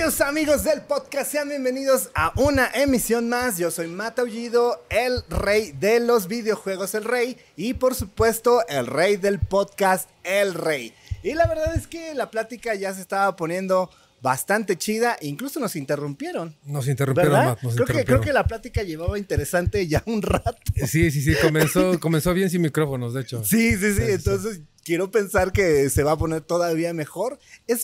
Queridos amigos del podcast, sean bienvenidos a una emisión más. Yo soy Matt Aullido, el rey de los videojuegos, el rey. Y por supuesto, el rey del podcast, el rey. Y la verdad es que la plática ya se estaba poniendo bastante chida. Incluso nos interrumpieron. Nos interrumpieron, ¿verdad? Matt, nos interrumpieron. Creo que la plática llevaba interesante ya un rato. Sí, comenzó bien sin micrófonos, de hecho. Sí. Entonces, quiero pensar que se va a poner todavía mejor. Es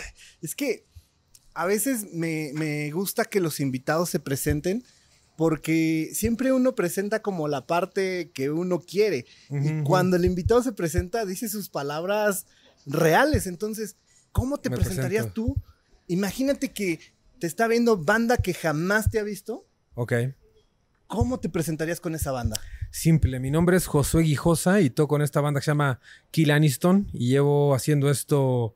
que a veces me gusta que los invitados se presenten porque siempre uno presenta como la parte que uno quiere. Y cuando el invitado se presenta, dice sus palabras reales. Entonces, ¿cómo te presentarías tú? Imagínate que te está viendo banda que jamás te ha visto. Ok. ¿Cómo te presentarías con esa banda? Simple. Mi nombre es Josué Guijosa y toco en esta banda que se llama Kill Aniston y llevo haciendo esto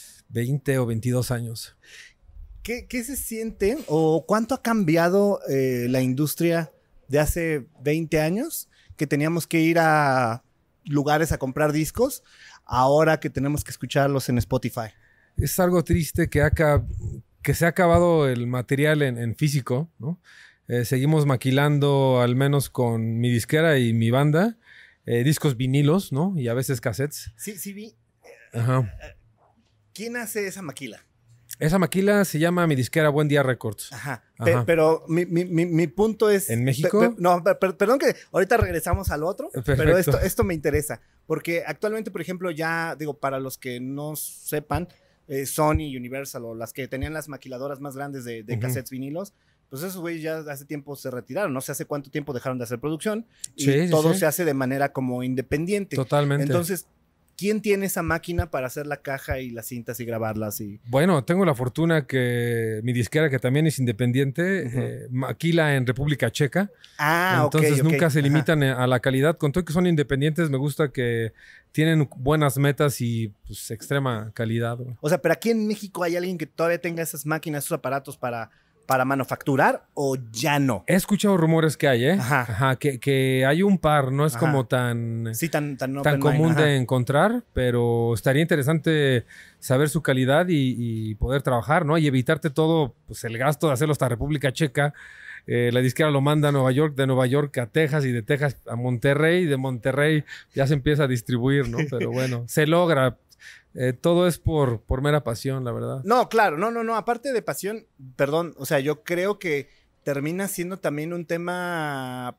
20 o 22 años. ¿Qué se siente o cuánto ha cambiado la industria de hace 20 años? Que teníamos que ir a lugares a comprar discos, ahora que tenemos que escucharlos en Spotify. Es algo triste que se ha acabado el material en físico, ¿no? Seguimos maquilando, al menos con mi disquera y mi banda, discos vinilos, ¿no? Y a veces cassettes. Sí vi. Ajá. ¿Quién hace esa maquila? Esa maquila se llama mi disquera Buen Día Records. Ajá. Ajá. Pero mi punto es... ¿En México? Perdón que ahorita regresamos al otro, Perfecto. pero esto me interesa. Porque actualmente, por ejemplo, ya, digo, para los que no sepan, Sony, Universal o las que tenían las maquiladoras más grandes de cassettes vinilos, pues esos güeyes ya hace tiempo se retiraron. No sé hace cuánto tiempo dejaron de hacer producción y todo se hace de manera como independiente. Totalmente. Entonces, ¿quién tiene esa máquina para hacer la caja y las cintas y grabarlas? Bueno, tengo la fortuna que mi disquera, que también es independiente, maquila en República Checa. Entonces nunca se limitan a la calidad. Con todo que son independientes, me gusta que tienen buenas metas y pues extrema calidad. O sea, pero aquí en México hay alguien que todavía tenga esas máquinas, esos aparatos para manufacturar, o ya no. He escuchado rumores que hay, Ajá. Que hay un par, no es como tan común de encontrar, pero estaría interesante saber su calidad y poder trabajar, ¿no? Y evitarte todo, pues el gasto de hacerlo hasta República Checa. La disquera lo manda a Nueva York, de Nueva York a Texas y de Texas a Monterrey, y de Monterrey ya se empieza a distribuir, ¿no? Pero bueno, se logra. Todo es por mera pasión, la verdad. No, claro, no. Aparte de pasión, perdón, o sea, yo creo que termina siendo también un tema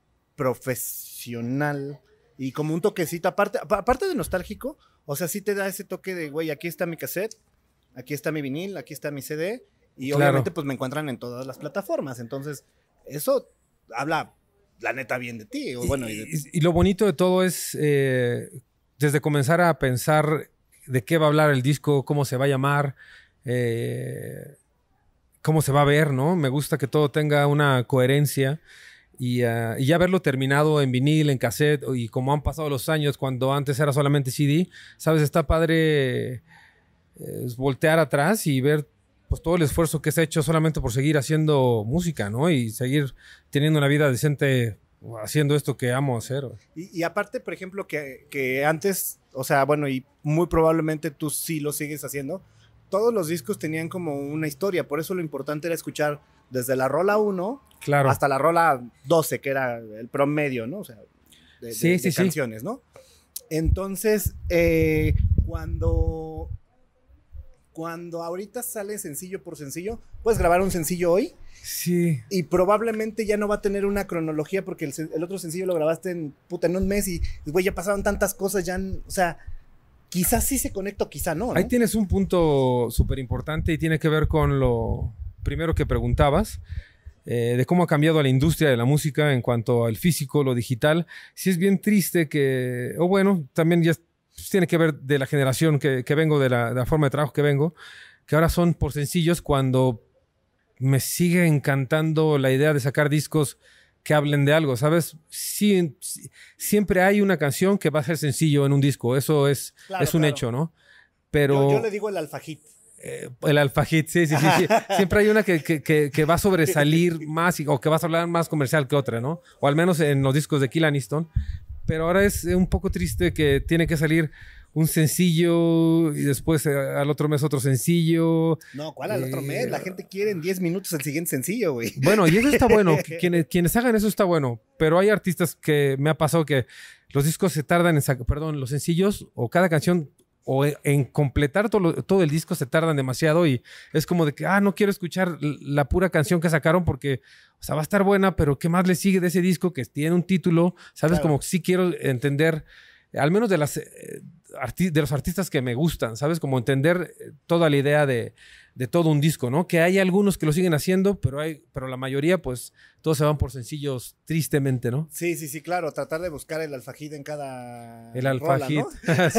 profesional y como un toquecito, aparte de nostálgico, o sea, sí te da ese toque de, güey, aquí está mi cassette, aquí está mi vinil, aquí está mi CD, y obviamente pues me encuentran en todas las plataformas, entonces eso habla, la neta, bien de ti. O bueno, y lo bonito de todo es, desde comenzar a pensar de qué va a hablar el disco, cómo se va a llamar, cómo se va a ver, ¿no? Me gusta que todo tenga una coherencia y ya verlo terminado en vinil, en cassette, y como han pasado los años, cuando antes era solamente CD, ¿sabes? Está padre voltear atrás y ver pues todo el esfuerzo que se ha hecho solamente por seguir haciendo música, ¿no? Y seguir teniendo una vida decente haciendo esto que amo hacer. Y aparte, por ejemplo, que antes, o sea, bueno, y muy probablemente tú sí lo sigues haciendo, todos los discos tenían como una historia, por eso lo importante era escuchar desde la rola 1 hasta la rola 12, que era el promedio, ¿no? O sea, de canciones, ¿no? Entonces, cuando ahorita sale sencillo por sencillo, puedes grabar un sencillo hoy. Sí. Y probablemente ya no va a tener una cronología porque el otro sencillo lo grabaste en un mes y, güey, ya pasaron tantas cosas, o sea, quizás sí se conecta o quizá no, ¿no? Ahí tienes un punto súper importante y tiene que ver con lo primero que preguntabas, de cómo ha cambiado la industria de la música en cuanto al físico, lo digital. Sí es bien triste que, o bueno, también ya tiene que ver de la generación que vengo, de la forma de trabajo que vengo, que ahora son por sencillos, cuando me sigue encantando la idea de sacar discos que hablen de algo, ¿sabes? Sí, siempre hay una canción que va a ser sencillo en un disco, eso es un hecho, ¿no? Pero yo le digo el alfajit. El alfajit, sí. Siempre hay una que va a sobresalir más o que va a hablar más comercial que otra, ¿no? O al menos en los discos de Kill Aniston. Pero ahora es un poco triste que tiene que salir un sencillo y después al otro mes otro sencillo. No, ¿cuál al otro mes? La gente quiere en 10 minutos el siguiente sencillo, güey. Bueno, y eso está bueno. Quienes hagan eso está bueno. Pero hay artistas que me ha pasado que los discos se tardan en sacar, perdón, los sencillos o cada canción o en completar todo el disco se tardan demasiado y es como de que, no quiero escuchar la pura canción que sacaron porque, o sea, va a estar buena, pero ¿qué más le sigue de ese disco que tiene un título? ¿Sabes? Claro. Como sí quiero entender, al menos de los artistas que me gustan, ¿sabes? Como entender toda la idea de todo un disco, ¿no? Que hay algunos que lo siguen haciendo, pero la mayoría, pues, todos se van por sencillos, tristemente, ¿no? Sí, claro. Tratar de buscar el alfajit en cada El alfajit. rola, ¿no? Sí.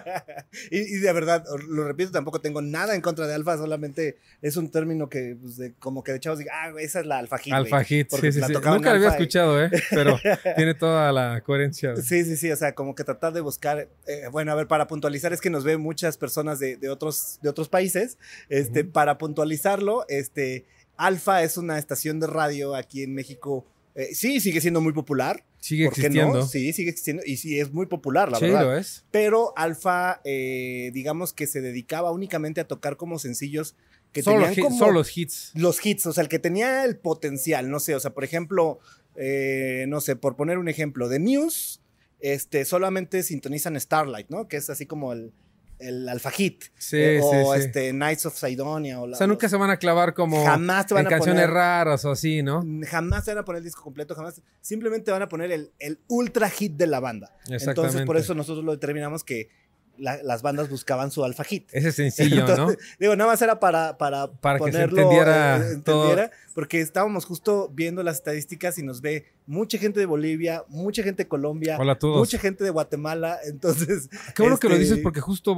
y de verdad, lo repito, tampoco tengo nada en contra de alfa, solamente es un término que, pues, como que de chavos diga, esa es la alfajit. Alfajit, sí. Nunca lo había escuchado, pero tiene toda la coherencia. Sí, o sea, como que tratar de buscar, bueno, a ver, para puntualizar, es que nos ven muchas personas de otros países, para puntualizarlo, Alfa es una estación de radio aquí en México. Sí, sigue siendo muy popular. Sigue ¿Por qué existiendo. no? Sí, sigue existiendo. Y sí, es muy popular, la Sí, verdad. lo es. Pero Alfa, digamos que se dedicaba únicamente a tocar como sencillos que Solo tenían como... solo los hits. Los hits, o sea, el que tenía el potencial, no sé, o sea, por ejemplo, no sé, por poner un ejemplo, de Muse, solamente sintonizan Starlight, ¿no? Que es así como el alfa hit. Sí, o sí. Knights of Sidonia. O sea, nunca se van a clavar como jamás te van en a canciones poner, raras o así, ¿no? Jamás te van a poner el disco completo, jamás. Simplemente van a poner el ultra hit de la banda. Exactamente. Entonces, por eso nosotros lo determinamos que las bandas buscaban su alfa hit. Ese sencillo, entonces, ¿no? Digo, nada más era para que ponerlo, se entendiera, todo. Porque estábamos justo viendo las estadísticas y nos ve mucha gente de Bolivia, mucha gente de Colombia, Hola a todos. mucha gente de Guatemala, entonces... Qué bueno que lo dices porque justo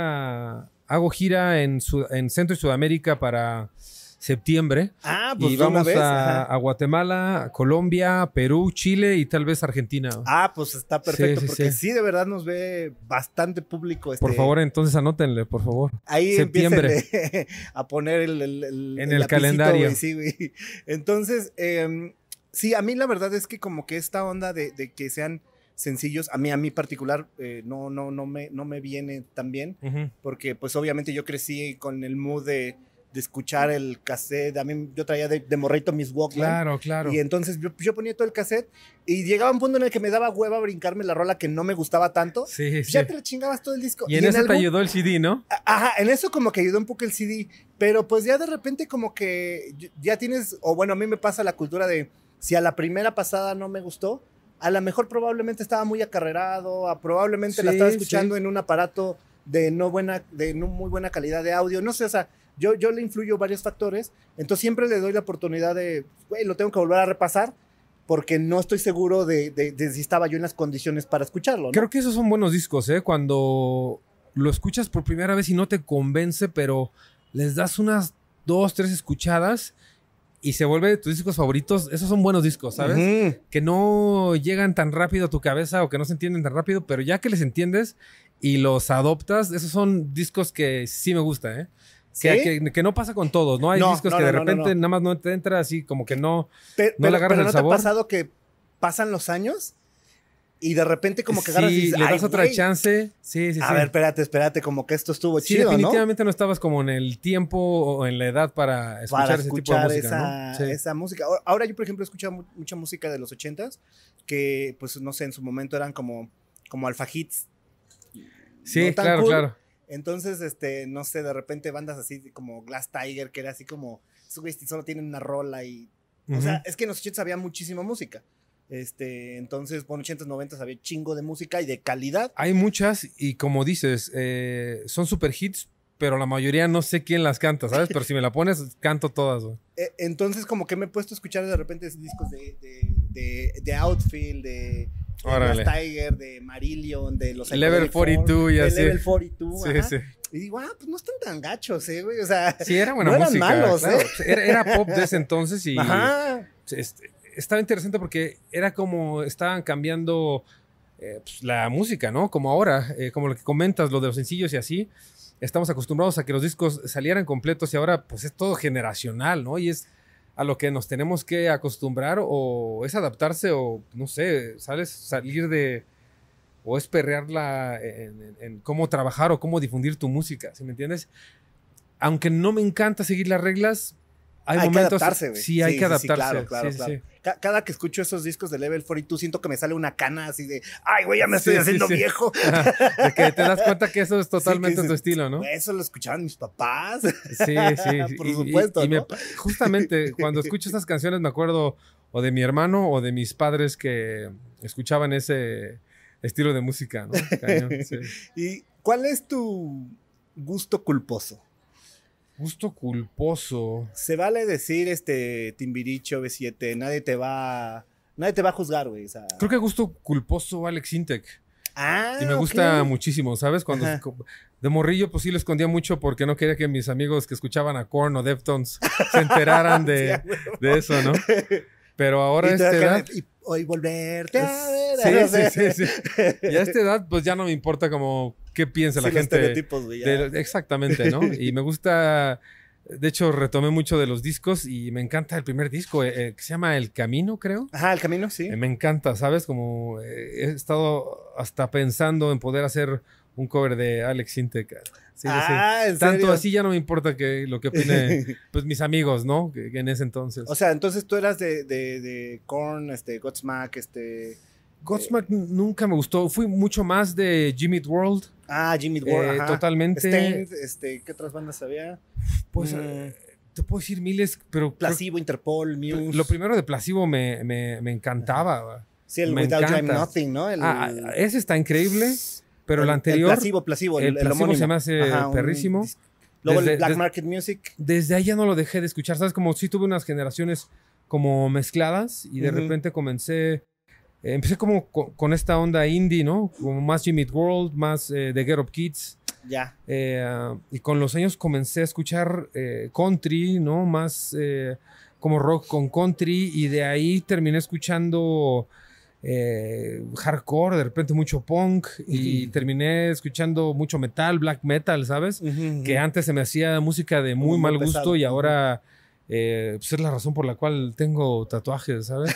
hago gira en Centro y Sudamérica para septiembre. Pues y vamos a Guatemala, Colombia, Perú, Chile y tal vez Argentina. Pues está perfecto, Sí, porque sí, de verdad nos ve bastante público. Por favor, entonces anótenle, por favor. Ahí septiembre. A poner en el lapicito, calendario. Güey, sí, güey. Entonces, sí, a mí la verdad es que como que esta onda de que sean sencillos, a mí particular, no me viene tan bien, porque pues obviamente yo crecí con el mood de escuchar el cassette. A mí yo traía de morrito mis Walkman. Claro. Y entonces yo ponía todo el cassette y llegaba un punto en el que me daba hueva brincarme la rola que no me gustaba tanto. Sí. Ya te la chingabas todo el disco. Y en eso te ayudó el CD, ¿no? Ajá, en eso como que ayudó un poco el CD. Pero pues ya de repente como que ya tienes, o bueno, a mí me pasa la cultura de si a la primera pasada no me gustó, a lo mejor probablemente estaba muy acarrerado, probablemente la estaba escuchando en un aparato de no muy buena calidad de audio, no sé, o sea, yo le influyo varios factores, entonces siempre le doy la oportunidad de, güey, lo tengo que volver a repasar, porque no estoy seguro de si estaba yo en las condiciones para escucharlo, ¿no? Creo que esos son buenos discos, ¿eh? Cuando lo escuchas por primera vez y no te convence, pero les das unas 2, 3 escuchadas y se vuelve de tus discos favoritos. Esos son buenos discos, ¿sabes? Que no llegan tan rápido a tu cabeza o que no se entienden tan rápido, pero ya que les entiendes y los adoptas, esos son discos que sí me gusta, ¿eh? ¿Sí? Que no pasa con todos, ¿no? Hay discos que de repente nada más no te entra así, como que no le agarras el sabor. ¿No te ha pasado que pasan los años y de repente como que agarras y dices, le das otra chance? Sí. A ver, espérate, como que esto estuvo chido, ¿no? definitivamente no estabas como en el tiempo o en la edad para escuchar ese tipo de música, ¿no? Esa música. Ahora yo, por ejemplo, he escuchado mucha música de los 80s que, pues, no sé, en su momento eran como alfa hits. Sí, no tan claro, cool. claro. Entonces, no sé, de repente bandas así como Glass Tiger, que era así como, esos güeyes solo tienen una rola y... O sea, es que en los 80s había muchísima música. Entonces, bueno, 80s, 90s había chingo de música y de calidad. Hay muchas y como dices, son super hits, pero la mayoría no sé quién las canta, ¿sabes? Pero si me la pones, canto todas, güey. Entonces, como que me he puesto a escuchar de repente discos de Outfield, de Glass Tiger, de Marillion, de los Level 42 y así. Level 42, sí. Y digo, pues no están tan gachos, güey. O sea, sí, era buena no música. Eran malos, claro. Era pop de ese entonces y ajá. Estaba interesante porque era como estaban cambiando pues, la música, ¿no? Como ahora, como lo que comentas, lo de los sencillos y así. Estamos acostumbrados a que los discos salieran completos y ahora pues es todo generacional, ¿no? Y es a lo que nos tenemos que acostumbrar o es adaptarse o, no sé, ¿sabes? Salir de o es perrearla en cómo trabajar o cómo difundir tu música, ¿sí me entiendes? Aunque no me encanta seguir las reglas, hay momentos... que adaptarse, güey. Sí, hay que adaptarse. Claro. Sí. Cada que escucho esos discos de Level 42 siento que me sale una cana así de, ay, güey, ya me estoy haciendo viejo. De que te das cuenta que eso es totalmente tu estilo, ¿no? Eso lo escuchaban mis papás. Sí. Por supuesto, ¿no? Justamente, cuando escucho esas canciones me acuerdo o de mi hermano o de mis padres que escuchaban ese estilo de música, ¿no? Cañón, sí. ¿Y cuál es tu gusto culposo? Gusto culposo. Se vale decir Timbiriche, B7, nadie te va a juzgar, güey. O sea... Creo que gusto culposo Alex Intec. Y me ok. gusta muchísimo, ¿sabes? Cuando de morrillo, pues sí lo escondía mucho porque no quería que mis amigos que escuchaban a Korn o Deftones se enteraran de eso, ¿no? Pero ahora a esta edad... Y hoy volverte a ver. Sí. Y a esta edad, pues ya no me importa como qué piensa la los gente. estereotipos, güey, Exactamente, ¿no? Y me gusta... De hecho, retomé mucho de los discos y me encanta el primer disco, que se llama El Camino, creo. Ajá, El Camino, sí. Me encanta, ¿sabes? Como he estado hasta pensando en poder hacer un cover de Alex Intec. Sí. ¿En Tanto serio? así ya no me importa lo que opine pues mis amigos, ¿no? Que en ese entonces. O sea, entonces tú eras de Korn, Godsmack, Godsmack nunca me gustó. Fui mucho más de Jimmy Eat World. Jimmy World, ajá. Totalmente. Stained, ¿qué otras bandas había? Pues te puedo decir miles, pero... Placebo, Interpol, Muse. Lo primero de Placebo me encantaba. Sí, el me Without encanta. You I'm Nothing, ¿no? Ese está increíble, pero el anterior... El Placebo, el Placebo homónimo. se me hace perrísimo. Luego el Black Market Music. Desde ahí ya no lo dejé de escuchar, ¿sabes? Como si tuve unas generaciones como mezcladas y de repente empecé como con esta onda indie, ¿no? Como más Jimmy Eat World, más The Get Up Kids. Ya. Y con los años comencé a escuchar country, ¿no? Más como rock con country y de ahí terminé escuchando hardcore, de repente mucho punk y terminé escuchando mucho metal, black metal, ¿sabes? Que antes se me hacía música de muy mal gusto pesado. Y ahora... pues es la razón por la cual tengo tatuajes, ¿sabes?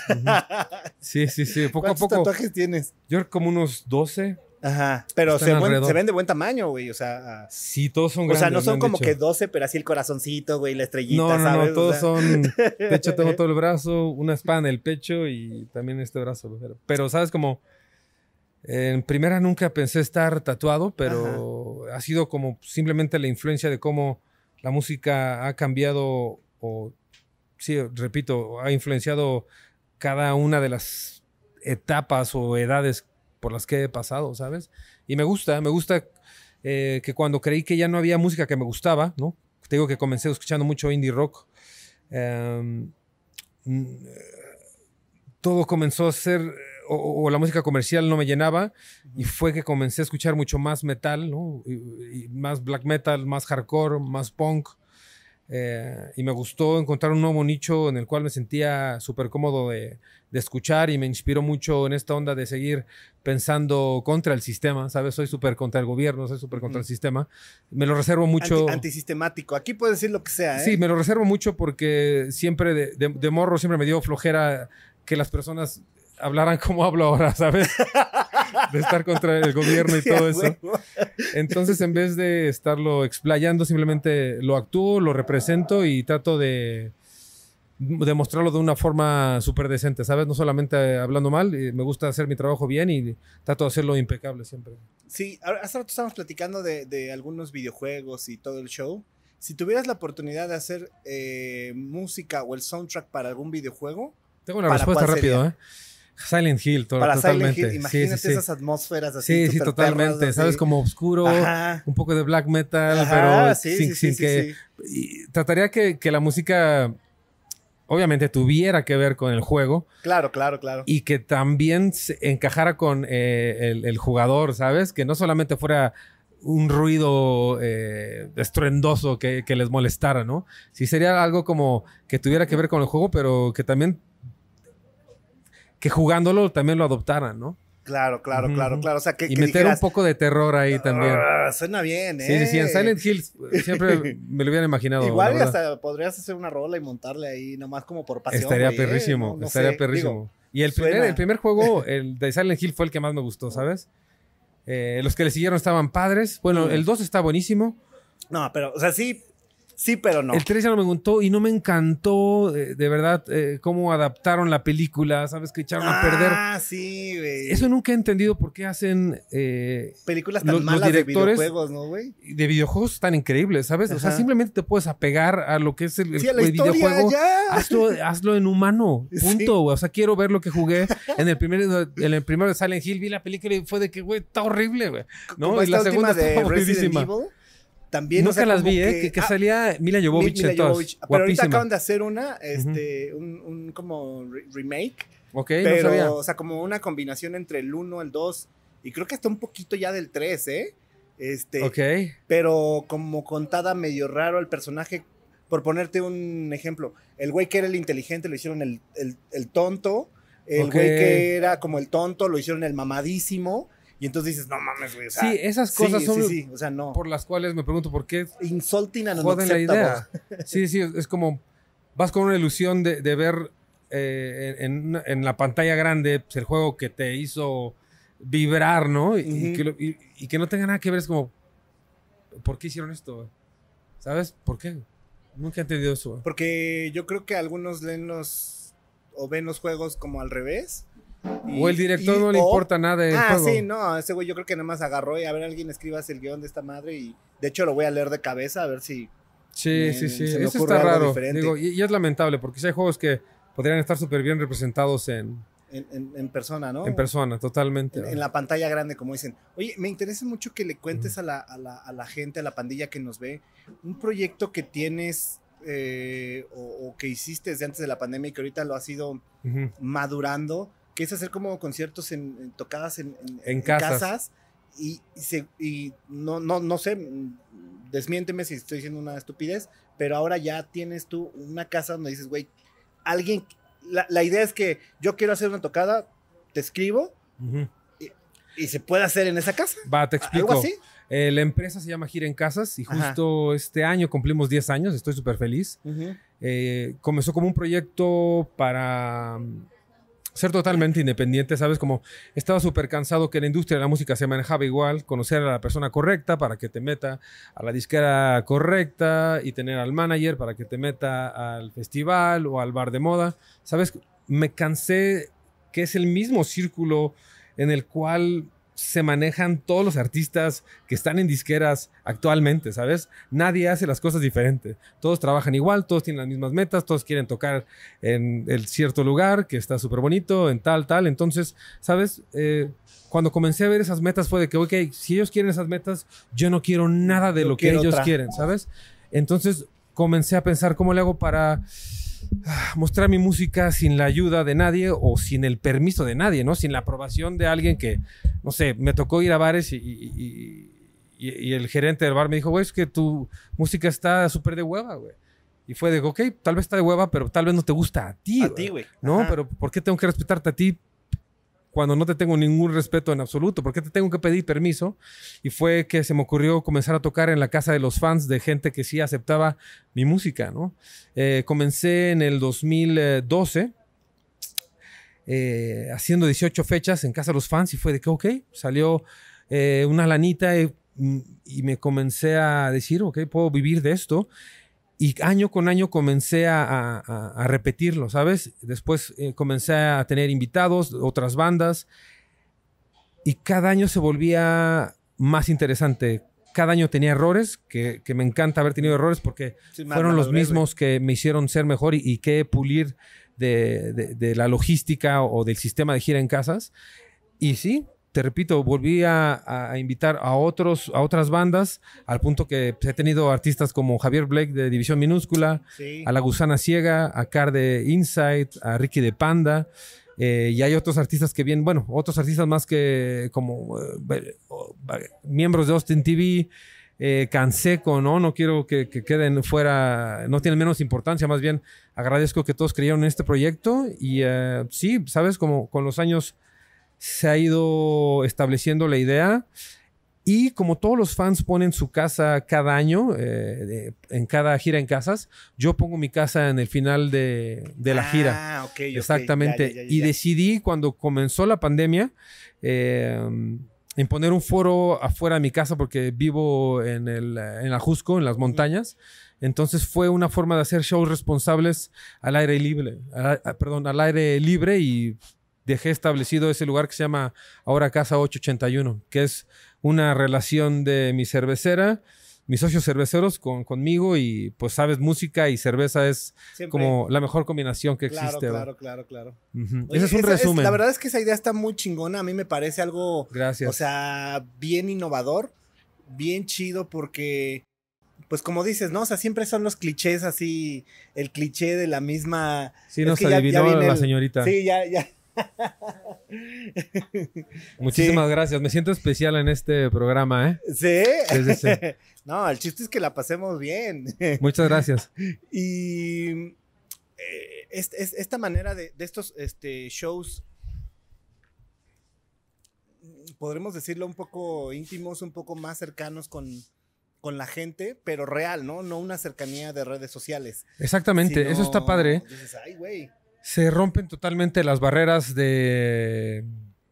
Sí. Poco a poco. ¿Cuántos tatuajes tienes? Yo como unos 12. Ajá. Pero se ven de buen tamaño, güey. O sea. Sí, todos son grandes. O sea, no son como que 12, pero así el corazoncito, güey, la estrellita, no, ¿sabes? No, todos son. De hecho, tengo todo el brazo, una espada en el pecho y también este brazo. Pero, ¿sabes? Como. En primera nunca pensé estar tatuado, pero ha sido como simplemente la influencia de cómo la música ha cambiado. Sí, repito, ha influenciado cada una de las etapas o edades por las que he pasado, ¿sabes? Y me gusta que cuando creí que ya no había música que me gustaba, ¿no? Te digo que comencé escuchando mucho indie rock. Todo comenzó a ser, o la música comercial no me llenaba, y fue que comencé a escuchar mucho más metal, ¿no? Y más black metal, más hardcore, más punk. Y me gustó encontrar un nuevo nicho en el cual me sentía súper cómodo de escuchar y me inspiró mucho en esta onda de seguir pensando contra el sistema, ¿sabes? Soy súper contra el gobierno, soy súper contra el sistema. Me lo reservo mucho. Antisistemático. Aquí puedes decir lo que sea, ¿eh? Sí, me lo reservo mucho porque siempre de morro siempre me dio flojera que las personas hablaran como hablo ahora, ¿sabes? De estar contra el gobierno y todo eso. Entonces, en vez de estarlo explayando, simplemente lo actúo, lo represento y trato de mostrarlo de una forma súper decente, ¿sabes? No solamente hablando mal, me gusta hacer mi trabajo bien y trato de hacerlo impecable siempre. Sí, hace rato estábamos platicando de algunos videojuegos y todo el show. Si tuvieras la oportunidad de hacer música o el soundtrack para algún videojuego... Tengo una respuesta rápido, ¿eh? Silent Hill, totalmente. Silent Hill, imagínate esas atmosferas así. Sí, totalmente. Perras, ¿sabes? Como oscuro, un poco de black metal, pero sin que... Y trataría que la música, obviamente, tuviera que ver con el juego. Claro. Y que también se encajara con el jugador, ¿sabes? Que no solamente fuera un ruido estruendoso que les molestara, ¿no? Sí, sería algo como que tuviera que ver con el juego, pero que también... que jugándolo también lo adoptaran, ¿no? Claro. O sea, y meter un poco de terror ahí también. Suena bien, ¿eh? Sí, en Silent Hill siempre me lo hubiera imaginado. Igual hasta podrías hacer una rola y montarle ahí nomás como por pasión. Estaría perrísimo, estaría perrísimo. Digo, y el primer juego, el de Silent Hill, fue el que más me gustó, ¿sabes? Los que le siguieron estaban padres. Bueno, el 2 está buenísimo. No, pero, o sea, sí, pero no. El 3 ya no me gustó y no me encantó, de verdad, cómo adaptaron la película, ¿sabes? Que echaron a perder. Ah, sí, güey. Eso nunca he entendido por qué hacen... películas tan malas de videojuegos, ¿no, güey? De videojuegos tan increíbles, ¿sabes? Ajá. O sea, simplemente te puedes apegar a lo que es el a la historia, videojuego. ya. Hazlo en humano, punto. Sí. O sea, quiero ver lo que jugué en el primero de Silent Hill. Vi la película y fue de que, güey, está horrible, güey. ¿No? Como Y la esta última segunda de está Resident buenísima. Evil. También, Nunca o sea, las como vi, que salía Mila Jovovich Mila en todas. Jovovich. Pero ahorita Guapísima. acaban de hacer una, un como remake. Ok, Pero, no sabía. o sea, como una combinación entre el 1, el 2 y creo que hasta un poquito ya del 3, ¿eh? Ok. Pero como contada medio raro el personaje. Por ponerte un ejemplo, el güey que era el inteligente lo hicieron el tonto. El Ok. güey que era como el tonto lo hicieron el mamadísimo. Y entonces dices, no mames, güey. O sea, Sí, esas cosas son Sí, o sea, no. por las cuales me pregunto por qué Insulting and joden la unacceptable. idea. Sí, es como vas con una ilusión de ver en la pantalla grande pues, el juego que te hizo vibrar, ¿no? Y que no tenga nada que ver, es como, ¿por qué hicieron esto? ¿Sabes? ¿Por qué? Nunca he entendido eso. Porque yo creo que algunos leen o ven los juegos como al revés. O el director no le importa nada del juego. Sí, no, ese güey yo creo que nada más agarró y a ver, alguien escribas el guión de esta madre y de hecho lo voy a leer de cabeza a ver si Sí. se me Eso ocurre está algo raro. diferente. Digo, y es lamentable porque sí hay juegos que podrían estar súper bien representados en persona, ¿no? persona, totalmente. En la pantalla grande, como dicen. Oye, me interesa mucho que le cuentes a la gente, a la pandilla que nos ve, un proyecto que tienes o que hiciste desde antes de la pandemia y que ahorita lo has ido madurando, que es hacer como conciertos tocadas en casas y no sé, desmiénteme si estoy diciendo una estupidez, pero ahora ya tienes tú una casa donde dices, güey, alguien, la idea es que yo quiero hacer una tocada, te escribo y se puede hacer en esa casa. Va, te explico. ¿Algo así? La empresa se llama Gira en Casas y justo este año cumplimos 10 años, estoy súper feliz. Comenzó como un proyecto para ser totalmente independiente, ¿sabes? Como estaba súper cansado que la industria de la música se manejaba igual, conocer a la persona correcta para que te meta a la disquera correcta y tener al manager para que te meta al festival o al bar de moda, ¿sabes? Me cansé que es el mismo círculo en el cual se manejan todos los artistas que están en disqueras actualmente, ¿sabes? Nadie hace las cosas diferentes. Todos trabajan igual, todos tienen las mismas metas, todos quieren tocar en el cierto lugar que está súper bonito, en tal. Entonces, ¿sabes? Cuando comencé a ver esas metas fue de que, ok, si ellos quieren esas metas, yo no quiero nada de lo que ellos quieren, ¿sabes? Entonces, comencé a pensar cómo le hago para mostrar mi música sin la ayuda de nadie o sin el permiso de nadie, ¿no? Sin la aprobación de alguien que, no sé, me tocó ir a bares y el gerente del bar me dijo, güey, es que tu música está súper de hueva, güey. Y fue de, ok, tal vez está de hueva, pero tal vez no te gusta a ti, güey. ¿no? Pero ¿por qué tengo que respetarte a ti cuando no te tengo ningún respeto en absoluto? ¿Por qué te tengo que pedir permiso? Y fue que se me ocurrió comenzar a tocar en la casa de los fans de gente que sí aceptaba mi música, ¿no? Comencé en el 2012 haciendo 18 fechas en casa de los fans y fue de que, ok, salió una lanita y me comencé a decir, ok, puedo vivir de esto. Y año con año comencé a repetirlo, ¿sabes? Después comencé a tener invitados, otras bandas. Y cada año se volvía más interesante. Cada año tenía errores, que me encanta haber tenido errores porque fueron los mismos que me hicieron ser mejor y que pulir de la logística o del sistema de gira en casas. Y sí, te repito, volví a invitar a otras bandas, al punto que he tenido artistas como Javier Blake de División Minúscula, a La Gusana Ciega, a Car de Insight, a Ricky de Panda, y hay otros artistas que vienen, bueno, otros artistas más que como miembros de Austin TV, Canseco, ¿no? No quiero que queden fuera, no tienen menos importancia, más bien agradezco que todos creyeron en este proyecto y sí, sabes, como con los años se ha ido estableciendo la idea y como todos los fans ponen su casa cada año, en cada gira en casas, yo pongo mi casa en el final de la gira. Okay, exactamente. Ya. Y decidí cuando comenzó la pandemia, en poner un foro afuera de mi casa porque vivo en Ajusco, en las montañas. Entonces fue una forma de hacer shows responsables al aire libre, al aire libre, y dejé establecido ese lugar que se llama ahora Casa 881, que es una relación de mi cervecera, mis socios cerveceros conmigo, y pues sabes, música y cerveza es siempre como la mejor combinación que existe. Claro. Uh-huh. Ese es un resumen. La verdad es que esa idea está muy chingona. A mí me parece algo, gracias, o sea, bien innovador, bien chido, porque, pues como dices, ¿no? O sea, siempre son los clichés así, el cliché de la misma... Sí, nos adivinó la señorita. Sí, ya. Muchísimas gracias. Me siento especial en este programa, ¿eh? Sí. Sí. No, el chiste es que la pasemos bien. Muchas gracias. Y esta manera de estos shows, podremos decirlo, un poco íntimos, un poco más cercanos con la gente, pero real, ¿no? No una cercanía de redes sociales. Exactamente, eso está padre. Dices, ay, güey. Se rompen totalmente las barreras de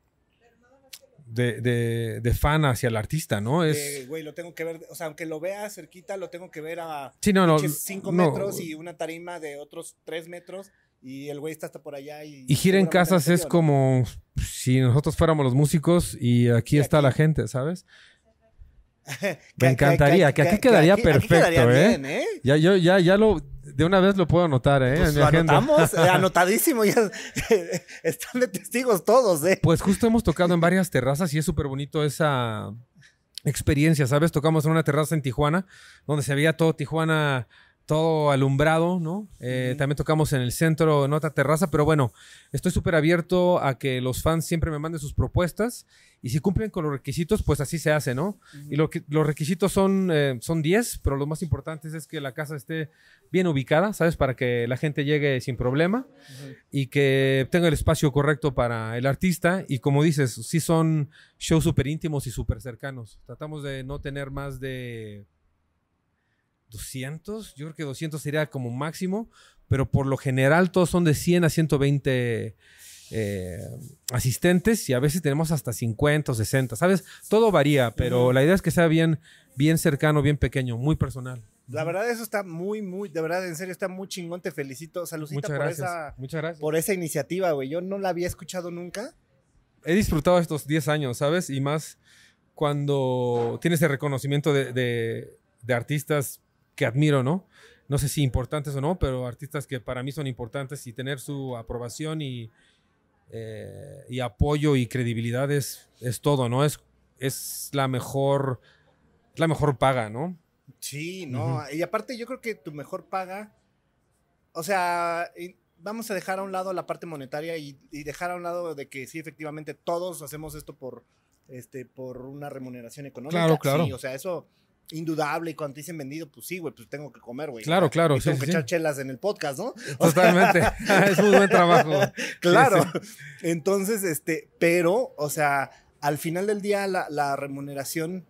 fan hacia el artista, ¿no? Güey, lo tengo que ver, o sea, aunque lo vea cerquita, lo tengo que ver a 5 metros y una tarima de otros 3 metros, y el güey está hasta por allá. Y Gira en Casas es como si nosotros fuéramos los músicos y aquí está la gente, ¿sabes? Me encantaría, que aquí quedaría perfecto, aquí quedaría bien, ¿eh? Ya lo... De una vez lo puedo anotar, ¿eh? Pues lo anotamos, anotadísimo, ya están de testigos todos, ¿eh? Pues justo hemos tocado en varias terrazas y es súper bonito esa experiencia, ¿sabes? Tocamos en una terraza en Tijuana, donde se veía todo Tijuana, todo alumbrado, ¿no? También tocamos en el centro, en otra terraza, pero bueno, estoy súper abierto a que los fans siempre me manden sus propuestas, y si cumplen con los requisitos, pues así se hace, ¿no? Y los requisitos son 10, pero lo más importante es que la casa esté bien ubicada, ¿sabes? Para que la gente llegue sin problema y que tenga el espacio correcto para el artista. Y como dices, sí son shows súper íntimos y súper cercanos. Tratamos de no tener más de 200. Yo creo que 200 sería como máximo, pero por lo general todos son de 100 a 120 asistentes, y a veces tenemos hasta 50 o 60, ¿sabes? Todo varía, pero la idea es que sea bien cercano, bien pequeño, muy personal. La verdad, eso está muy, de verdad, en serio, está muy chingón. Te felicito, Salucita, Muchas gracias por esa iniciativa, güey. Yo no la había escuchado nunca. He disfrutado estos 10 años, ¿sabes? Y más cuando tienes el reconocimiento de artistas que admiro, ¿no? No sé si importantes o no, pero artistas que para mí son importantes, y tener su aprobación y apoyo y credibilidad es todo, ¿no? Es la mejor paga, ¿no? Sí, no. Y aparte yo creo que tu mejor paga, o sea, vamos a dejar a un lado la parte monetaria y dejar a un lado de que sí, efectivamente, todos hacemos esto por una remuneración económica. Claro. Sí, o sea, eso indudable, y cuando te dicen vendido, pues sí, güey, pues tengo que comer, güey. Claro. Y tengo que echar chelas en el podcast, ¿no? Totalmente. Es un buen trabajo. Claro. Sí. Entonces, pero, o sea, al final del día la remuneración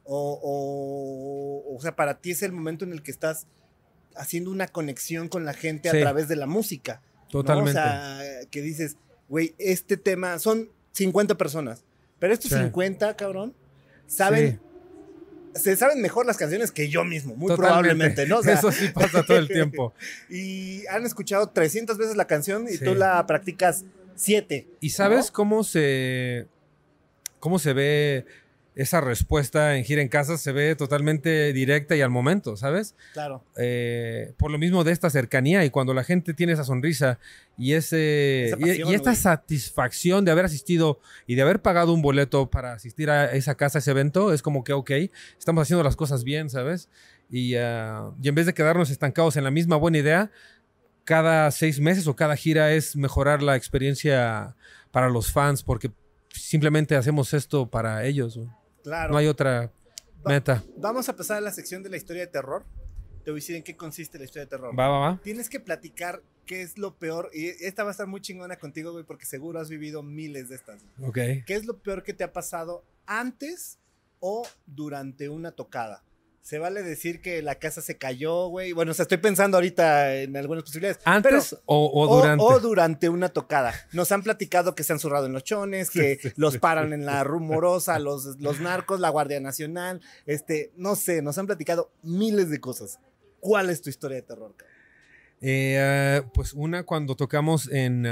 o sea, para ti es el momento en el que estás haciendo una conexión con la gente a través de la música. Totalmente. ¿No? O sea, que dices, güey, este tema, son 50 personas, pero estos 50, cabrón, saben... Se saben mejor las canciones que yo mismo, muy probablemente, ¿no? O sea, eso sí pasa todo el tiempo. Y han escuchado 300 veces la canción y tú la practicas 7. ¿Y sabes cómo se ve esa respuesta en Gira en Casa? Se ve totalmente directa y al momento, ¿sabes? Claro. Por lo mismo de esta cercanía, y cuando la gente tiene esa sonrisa y esta satisfacción de haber asistido y de haber pagado un boleto para asistir a esa casa, a ese evento, es como que, ok, estamos haciendo las cosas bien, ¿sabes? Y en vez de quedarnos estancados en la misma buena idea, cada 6 meses o cada gira es mejorar la experiencia para los fans, porque simplemente hacemos esto para ellos, ¿no? Claro. No hay otra meta. Vamos a pasar a la sección de la historia de terror. Te voy a decir en qué consiste la historia de terror. Va. Tienes que platicar qué es lo peor, y esta va a estar muy chingona contigo, güey, porque seguro has vivido miles de estas. Ok. ¿Qué es lo peor que te ha pasado antes o durante una tocada? Se vale decir que la casa se cayó, güey. Bueno, o sea, estoy pensando ahorita en algunas posibilidades. ¿Antes o durante? O durante una tocada. Nos han platicado que se han zurrado en los chones, que los paran en la rumorosa, los narcos, la Guardia Nacional. No sé, nos han platicado miles de cosas. ¿Cuál es tu historia de terror, cabrón? Pues una cuando tocamos en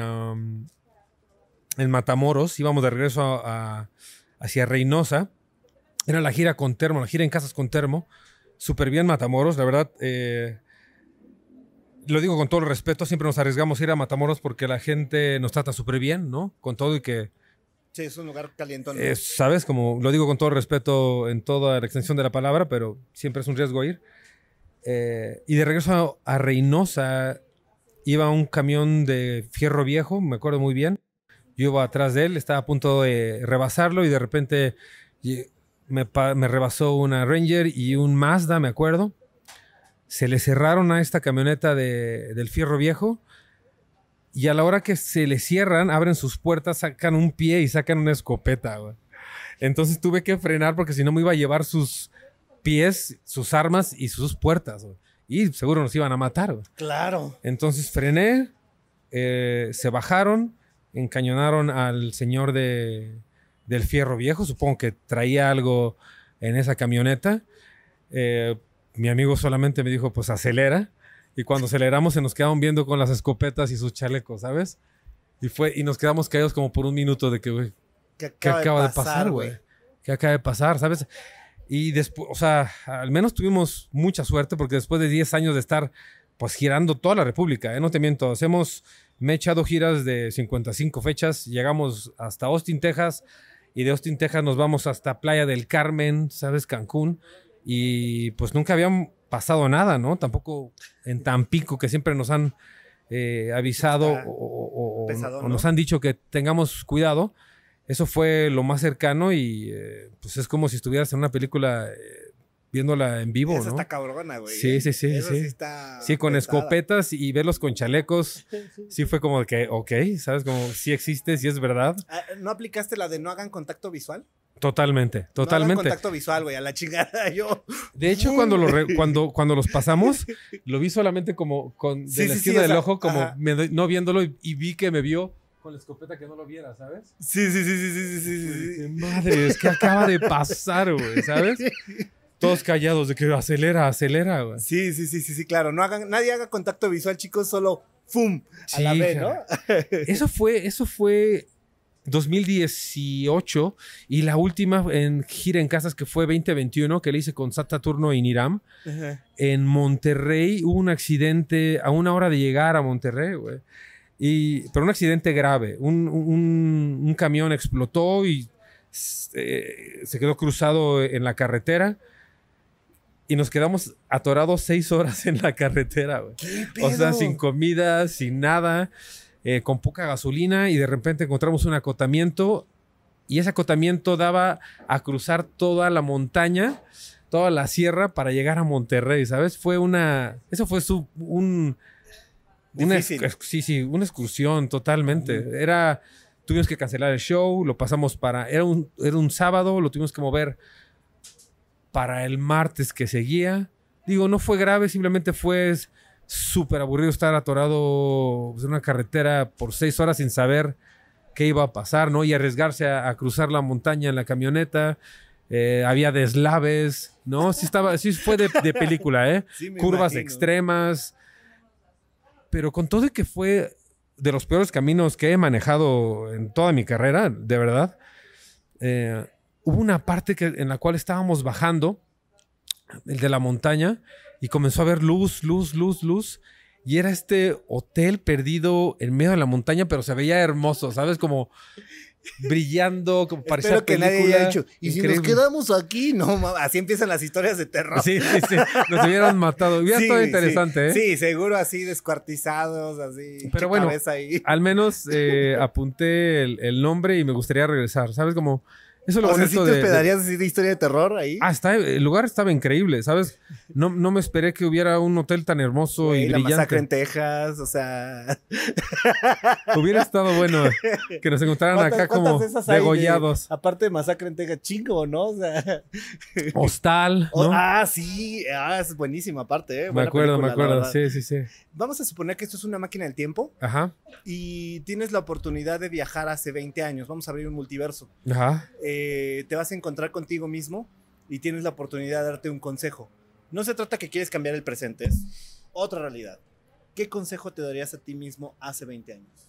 Matamoros, íbamos de regreso hacia Reynosa. Era la gira con Termo, la gira en Casas con Termo. Súper bien Matamoros, la verdad. Lo digo con todo el respeto, siempre nos arriesgamos a ir a Matamoros porque la gente nos trata súper bien, ¿no? Con todo y que... Sí, es un lugar calientón. ¿Sabes? Como lo digo con todo el respeto en toda la extensión de la palabra, pero siempre es un riesgo ir. Y de regreso a Reynosa iba un camión de fierro viejo, me acuerdo muy bien. Yo iba atrás de él, estaba a punto de rebasarlo y de repente... Me rebasó una Ranger y un Mazda, me acuerdo. Se le cerraron a esta camioneta del fierro viejo y a la hora que se le cierran, abren sus puertas, sacan un pie y sacan una escopeta, güey. Entonces tuve que frenar porque si no me iba a llevar sus pies, sus armas y sus puertas, güey. Y seguro nos iban a matar, güey. Claro. Entonces frené, se bajaron, encañonaron al señor del fierro viejo, supongo que traía algo en esa camioneta. Mi amigo solamente me dijo, pues acelera. Y cuando aceleramos se nos quedaron viendo con las escopetas y sus chalecos, ¿sabes? Y nos quedamos caídos como por un minuto de que, güey, ¿qué acaba de pasar, güey? ¿Qué acaba de pasar, sabes? Y después, o sea, al menos tuvimos mucha suerte porque después de 10 años de estar, pues, girando toda la República, no te miento, me he echado giras de 55 fechas, llegamos hasta Austin, Texas, y de Austin, Texas nos vamos hasta Playa del Carmen, ¿sabes? Cancún. Y pues nunca habían pasado nada, ¿no? Tampoco en Tampico, que siempre nos han avisado o nos han dicho que tengamos cuidado. Eso fue lo más cercano y pues es como si estuvieras en una película viéndola en vivo, Esa ¿no? está cabrona, güey. Sí. Sí, con escopetas y verlos con chalecos. Sí fue como que, ok, ¿sabes? Como si existe, si es verdad. ¿No aplicaste la de no hagan contacto visual? Totalmente. No hagan contacto visual, güey, a la chingada. Yo... De hecho, cuando los pasamos, lo vi solamente como de la esquina del ojo, como no viéndolo y vi que me vio con la escopeta que no lo viera, ¿sabes? Sí. Madre, es que acaba de pasar, güey, ¿sabes? Todos callados de que acelera, güey. Sí, claro. Nadie haga contacto visual, chicos, solo ¡fum! A la vez, ¿no? Eso fue 2018 y la última gira en casas que fue 2021 que le hice con Sat Saturno y Niram. En Monterrey hubo un accidente a una hora de llegar a Monterrey, güey. Pero un accidente grave. Un camión explotó y se quedó cruzado en la carretera. Y nos quedamos atorados 6 horas en la carretera, güey. ¿Qué pedo? O sea, sin comida, sin nada, con poca gasolina. Y de repente encontramos un acotamiento. Y ese acotamiento daba a cruzar toda la montaña, toda la sierra para llegar a Monterrey, ¿sabes? Eso fue una excursión totalmente. Tuvimos que cancelar el show, lo pasamos era un sábado, lo tuvimos que mover para el martes que seguía. Digo, no fue grave, simplemente fue súper aburrido estar atorado en una carretera por 6 horas sin saber qué iba a pasar, ¿no? Y arriesgarse a cruzar la montaña en la camioneta. Había deslaves, ¿no? Sí fue de película, ¿eh? Sí, curvas extremas. Pero con todo y que fue de los peores caminos que he manejado en toda mi carrera, de verdad, hubo una parte en la cual estábamos bajando, el de la montaña, y comenzó a haber luz. Y era este hotel perdido en medio de la montaña, pero se veía hermoso, ¿sabes? Como brillando, como parecía Espero que nadie haya dicho, ¿y si nos quedamos aquí? No, así empiezan las historias de terror. Sí, nos hubieran matado. Hubiera estado interesante, ¿eh? Sí, seguro así descuartizados, así. Pero bueno, ahí. al menos apunté el nombre y me gustaría regresar, ¿sabes? Como Eso es lo O sea, ¿sí bonito te de... hospedarías así de historia de terror ahí? El lugar estaba increíble, ¿sabes? No me esperé que hubiera un hotel tan hermoso Güey, y la masacre brillante. en Texas, o sea... Hubiera estado bueno que nos encontraran acá como de esas hay degollados. aparte de masacre en Texas, chingo, ¿no? O sea... Hostal, ¿no? Sí, es buenísimo aparte, ¿eh? me acuerdo, película, la verdad. sí. Vamos a suponer que esto es una máquina del tiempo Ajá, y tienes la oportunidad de viajar hace 20 años. Vamos a abrir un multiverso. ajá. Te vas a encontrar contigo mismo y tienes la oportunidad de darte un consejo. No se trata que quieres cambiar el presente, es otra realidad. ¿Qué consejo te darías a ti mismo hace 20 años?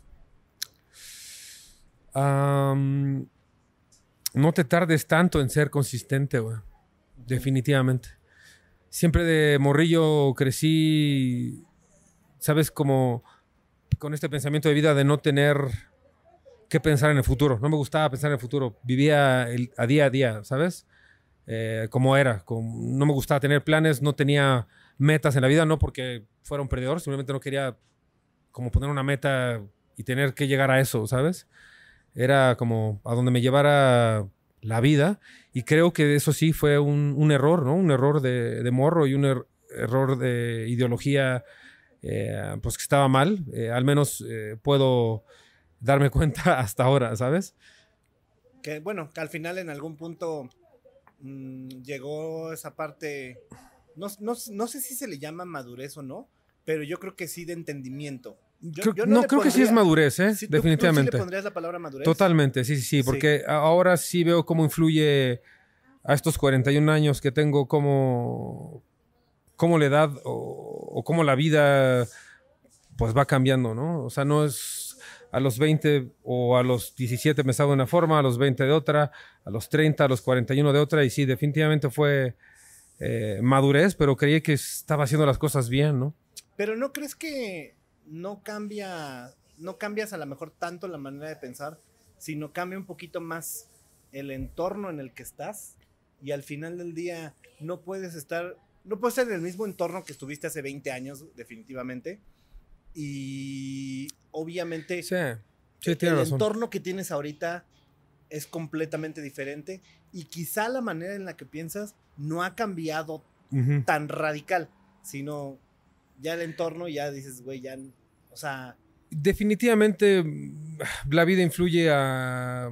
No te tardes tanto en ser consistente, güey. Definitivamente. Siempre de morrillo crecí, ¿sabes? Como con este pensamiento de vida de no tener que pensar en el futuro. No me gustaba pensar en el futuro. Vivía a día, ¿sabes? Como era. No me gustaba tener planes, no tenía metas en la vida, no porque fuera un perdedor, simplemente no quería como poner una meta y tener que llegar a eso, ¿sabes? Era como a donde me llevara la vida, y creo que eso sí fue un error, ¿no? Un error de morro y un error de ideología, pues que estaba mal. Al menos puedo darme cuenta hasta ahora, ¿sabes? Que bueno, que al final en algún punto llegó esa parte, no sé si se le llama madurez o no, pero yo creo que sí de entendimiento. Yo creo que sí es madurez, ¿eh? ¿Sí, definitivamente. ¿Tú sí le pondrías la palabra madurez? Totalmente, sí, porque ahora sí veo cómo influye a estos 41 años que tengo, cómo la edad o cómo la vida pues va cambiando, ¿no? O sea, no es a los 20 o a los 17 me estaba de una forma, a los 20 de otra, a los 30, a los 41 de otra, y sí, definitivamente fue madurez, pero creí que estaba haciendo las cosas bien, ¿no? Pero ¿no crees que no cambias a lo mejor tanto la manera de pensar, sino cambia un poquito más el entorno en el que estás, y al final del día no puedes estar en el mismo entorno que estuviste hace 20 años, definitivamente, y obviamente Sí, el tienes razón. entorno que tienes ahorita es completamente diferente, y quizá la manera en la que piensas no ha cambiado tan radical, sino ya el entorno, ya dices, güey, ya, o sea... Definitivamente la vida influye a...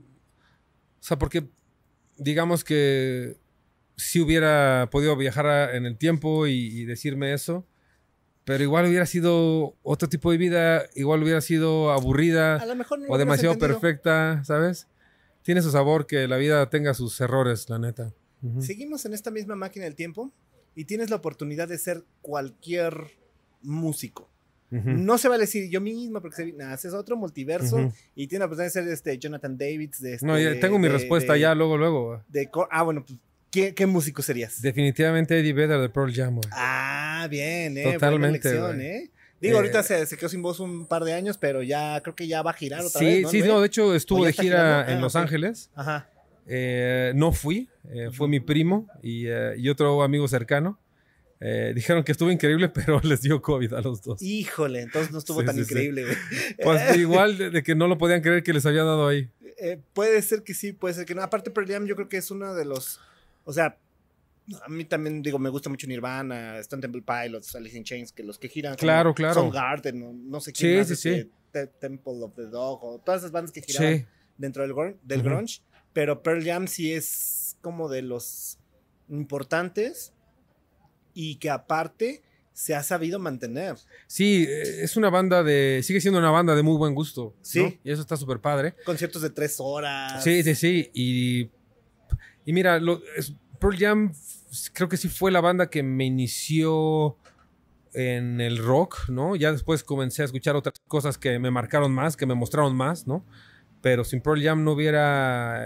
O sea, porque digamos que si hubiera podido viajar en el tiempo y decirme eso, pero igual hubiera sido otro tipo de vida, igual hubiera sido aburrida A lo mejor no lo o demasiado entendido. perfecta, ¿sabes? Tiene su sabor que la vida tenga sus errores, la neta. Seguimos en esta misma máquina del tiempo y tienes la oportunidad de ser cualquier músico. No se vale decir yo mismo porque haces otro multiverso y tiene la oportunidad de ser Jonathan Davis. No, ya tengo mi respuesta ya, luego. Bueno, pues, ¿qué músico serías? Definitivamente Eddie Vedder de Pearl Jam, güey. Bien, Totalmente, buena elección, Digo, ahorita se quedó sin voz un par de años, pero ya creo que ya va a girar otra vez, ¿no? Sí, no, de hecho estuvo de gira girando? en Los Ángeles. Ajá. No fui, fue mi primo y otro amigo cercano. Dijeron que estuvo increíble, pero les dio COVID a los dos. Híjole, entonces no estuvo tan increíble, güey. Pues igual de que no lo podían creer que les había dado ahí. Puede ser que sí, puede ser que no. Aparte, Pearl Jam yo creo que es uno de los... O sea, a mí también, digo, me gusta mucho Nirvana, Stone Temple Pilots, Alice in Chains, que los que giran... Claro. Soundgarden, no sé quién más. Sí. Temple of the Dog, o todas esas bandas que giraban dentro del grunge. Pero Pearl Jam sí es como de los importantes y que aparte se ha sabido mantener. Sí, es una banda sigue siendo una banda de muy buen gusto. Sí. ¿no? Y eso está súper padre. Conciertos de 3 horas. Sí. Y mira, Pearl Jam creo que sí fue la banda que me inició en el rock, ¿no? Ya después comencé a escuchar otras cosas que me marcaron más, que me mostraron más, ¿no? Pero sin Pearl Jam no hubiera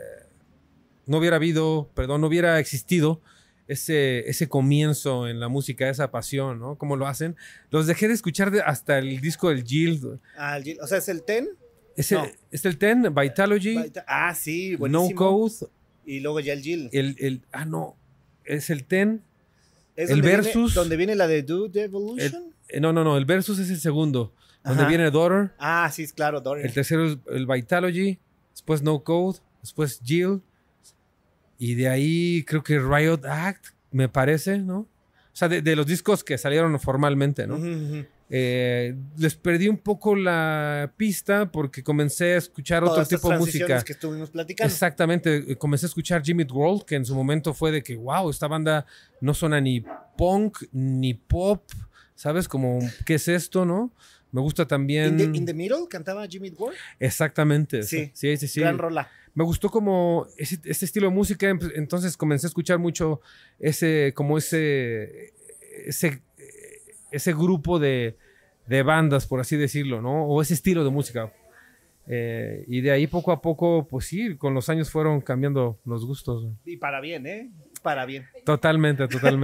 existido ese comienzo en la música, esa pasión, ¿no? Cómo lo hacen. Los dejé de escuchar hasta el disco del Yield. O sea, ¿es el Ten? Es el Ten, Vitalogy. Sí, buenísimo. No Code. Y luego ya el Yield. No. Es el Ten. ¿Es el Versus. ¿Donde viene la de Do Devolution? No. El Versus es el segundo. Donde viene Daughter. Sí, claro, Daughter. El tercero es el Vitalogy. Después No Code. después Jill, y de ahí creo que Riot Act, me parece, ¿no? O sea, de los discos que salieron formalmente, ¿no? Les perdí un poco la pista porque comencé a escuchar Todas otro estas tipo de música. transiciones que estuvimos platicando. Exactamente, comencé a escuchar Jimmy Eat World, que en su momento fue de que, wow, esta banda no suena ni punk ni pop, ¿sabes? Como, ¿qué es esto, no? Me gusta también... In the Middle cantaba Jimmy Eat World. Exactamente. Sí, sí. Gran rola. Me gustó como ese estilo de música, entonces comencé a escuchar mucho ese grupo de bandas, por así decirlo, ¿no? O ese estilo de música. Y de ahí poco a poco, pues sí, con los años fueron cambiando los gustos. Y para bien, ¿eh? Para bien. Totalmente.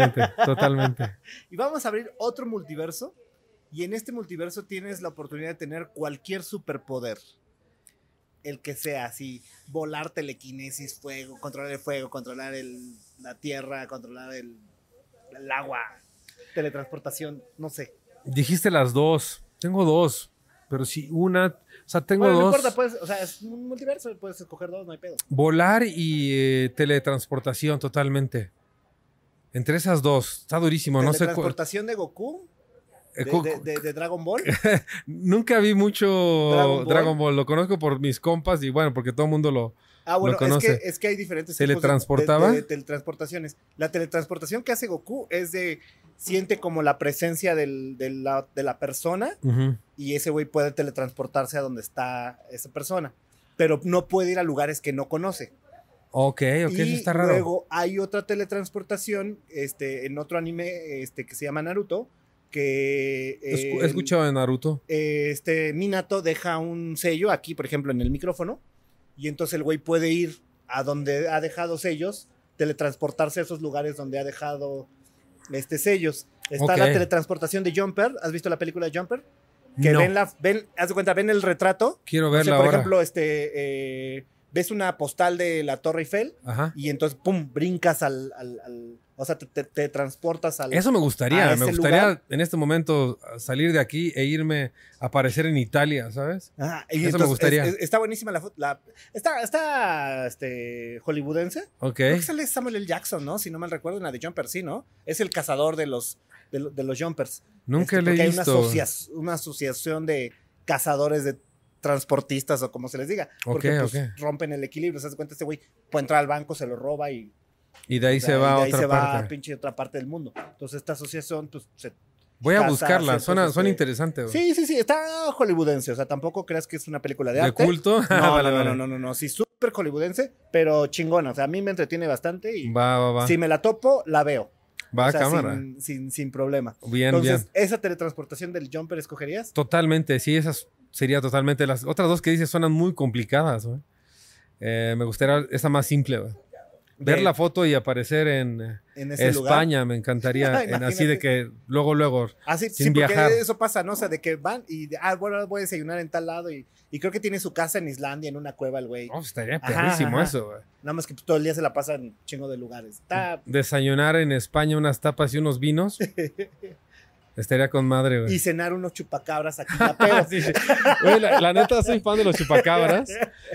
Y vamos a abrir otro multiverso. Y en este multiverso tienes la oportunidad de tener cualquier superpoder. El que sea, así, volar, telequinesis, fuego, controlar la tierra, controlar el agua, teletransportación, no sé. Dijiste las dos. Tengo dos. Pero si una... O sea, tengo bueno, dos. No importa, o sea, es un multiverso, puedes escoger dos, no hay pedo. Volar y teletransportación, totalmente. Entre esas dos. Está durísimo. No sé cuál. Teletransportación de Goku. De Dragon Ball. Nunca vi mucho Dragon Ball. Lo conozco por mis compas y bueno, porque todo el mundo lo conoce. Es que hay diferentes ¿Teletransportaba? tipos de teletransportaciones. La teletransportación que hace Goku es siente como la presencia de la persona y ese güey puede teletransportarse a donde está esa persona, pero no puede ir a lugares que no conoce. Ok, eso está raro. Luego hay otra teletransportación en otro anime que se llama Naruto, que he escuchado de Naruto. Minato deja un sello aquí, por ejemplo, en el micrófono, y entonces el güey puede ir a donde ha dejado sellos, teletransportarse a esos lugares donde ha dejado sellos. Está la teletransportación de Jumper. ¿Has visto la película de Jumper? Que no. haz de cuenta, ven el retrato. Quiero verla por ahora. ejemplo, ves una postal de la Torre Eiffel. Ajá. Y entonces, pum, brincas o sea, te transportas al... Eso me gustaría. Me gustaría lugar. En este momento salir de aquí e irme a aparecer en Italia, ¿sabes? Ajá, y eso me gustaría. Está buenísima está hollywoodense. Ok. Creo que sale Samuel L. Jackson, ¿no? Si no mal recuerdo, en la de Jumper, sí, ¿no? Es el cazador de los Jumpers. Nunca le he visto. Hay una asociación de cazadores de transportistas o como se les diga. Porque rompen el equilibrio. ¿Se das cuenta? Este güey puede entrar al banco, se lo roba y de ahí se va a otra parte del mundo. Entonces esta asociación pues voy a buscarla, suena interesante. Sí, está hollywoodense, o sea, tampoco creas que es una película de arte. ¿De culto? No, sí, súper hollywoodense, pero chingona, o sea, a mí me entretiene bastante y va. Si me la topo, la veo. Va, o sea, cámara. Sin problema. Entonces, ¿esa teletransportación del Jumper escogerías? Totalmente, sí, esas sería totalmente. Las otras dos que dices suenan muy complicadas, ¿no? Me gustaría esa más simple, ¿no? Ver la foto y aparecer en España, lugar. Me encantaría. Así de que luego, sin viajar. Eso pasa, ¿no? O sea, de que van y bueno, voy a desayunar en tal lado y creo que tiene su casa en Islandia, en una cueva el güey. Estaría perrísimo eso, güey. Nada más que todo el día se la pasa en chingo de lugares. Desayunar en España unas tapas y unos vinos. Estaría con madre, güey. Y cenar unos chupacabras aquí en la pedo. Sí. Güey, la neta, soy fan de los chupacabras.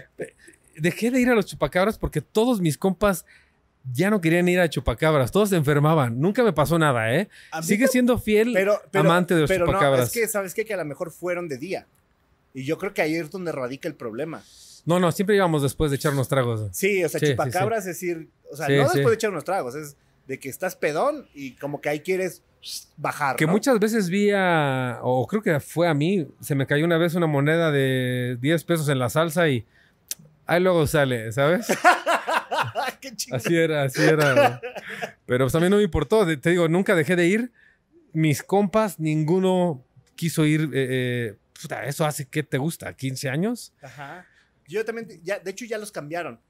Dejé de ir a los chupacabras porque todos mis compas ya no querían ir a chupacabras. Todos se enfermaban. Nunca me pasó nada, ¿eh? Sigue siendo fiel amante de los chupacabras. No, es que, ¿sabes qué? Que a lo mejor fueron de día. Y yo creo que ahí es donde radica el problema. No, siempre íbamos después de echar unos tragos. Sí, o sea, chupacabras es decir... O sea, no después de echar unos tragos. Es de que estás pedón y como que ahí quieres bajar, que muchas veces o creo que fue a mí, se me cayó una vez una moneda de 10 pesos en la salsa y... Ahí luego sale, ¿sabes? Qué chingón. Así era. Pero pues a mí no me importó. Te digo, nunca dejé de ir. Mis compas, ninguno quiso ir. Eso hace, ¿qué te gusta? ¿15 años? Ajá. Yo también, de hecho ya los cambiaron.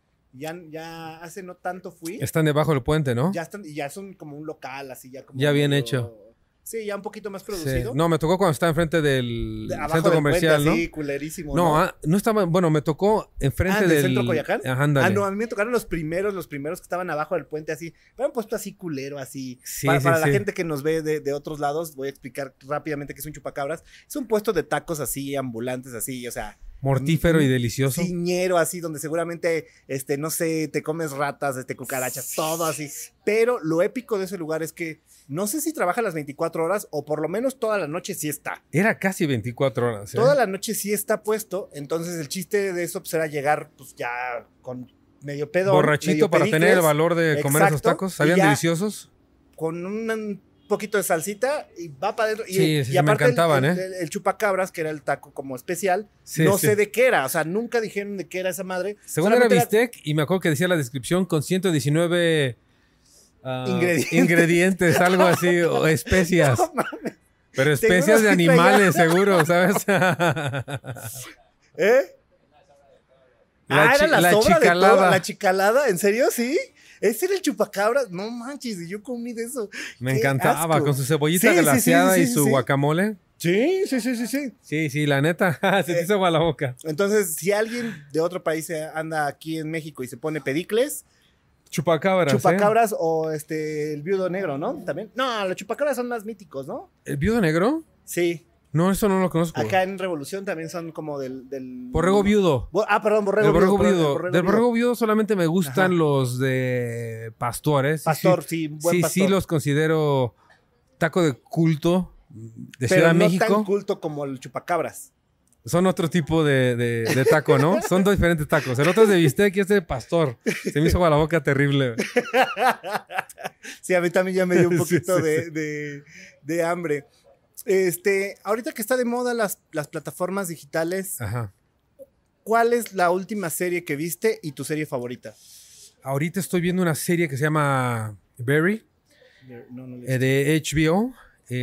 Ya hace no tanto fui. Están debajo del puente, ¿no? Ya son como un local, así ya como... Ya bien hecho. Sí, ya un poquito más producido. Sí. No, me tocó cuando estaba enfrente del centro comercial, puente, ¿no? Sí, culerísimo. No estaba... Bueno, me tocó enfrente del... ¿Centro Coyoacán? Ajá, ándale. No, a mí me tocaron los primeros que estaban abajo del puente, así. Me han puesto así culero, así. Sí, para la gente que nos ve de otros lados, voy a explicar rápidamente qué es un chupacabras. Es un puesto de tacos así, ambulantes así, o sea... Mortífero y delicioso. Ciñero así, donde seguramente, no sé, te comes ratas, cucarachas, todo así. Pero lo épico de ese lugar es que no sé si trabaja las 24 horas o por lo menos toda la noche sí está. Era casi 24 horas. Toda la noche sí está puesto, entonces el chiste de eso pues, era llegar pues ya con medio pedo. Borrachito para tener el valor de comer esos tacos. ¿Sabían deliciosos? Con un poquito de salsita y va para adentro. Sí, y aparte me encantaban, el chupacabras, que era el taco como especial, no sé de qué era. O sea, nunca dijeron de qué era esa madre. Según era bistec, y me acuerdo que decía la descripción con 119 ingredientes, algo así, o especias. No, mames. Pero especias de animales, seguro, ¿sabes? Era la sobra chicalada. De todo, la chicalada, ¿en serio? ¿Sí? Ese era el chupacabras, no manches, y yo comí de eso. Me encantaba, asco. Con su cebollita glaseada y su guacamole. Sí. Sí, la neta, se te hizo agua la boca. Entonces, si alguien de otro país anda aquí en México y se pone pedicles... Chupacabras. O el viudo negro, ¿no? También. No, los chupacabras son más míticos, ¿no? ¿El viudo negro? Sí. No, eso no lo conozco. Acá en Revolución también son como del... Borrego viudo. Perdón, borrego viudo. Del borrego viudo solamente me gustan los de pastores. Pastor, sí, buen pastor. Sí, los considero taco de culto de Ciudad de México. Pero no tan culto como el chupacabras. Son otro tipo de taco, ¿no? Son dos diferentes tacos. El otro es de bistec y este de pastor. Se me hizo agua la boca terrible. Sí, a mí también ya me dio un poquito de hambre. Ahorita que está de moda las plataformas digitales, ajá, ¿cuál es la última serie que viste y tu serie favorita? Ahorita estoy viendo una serie que se llama Barry, de HBO.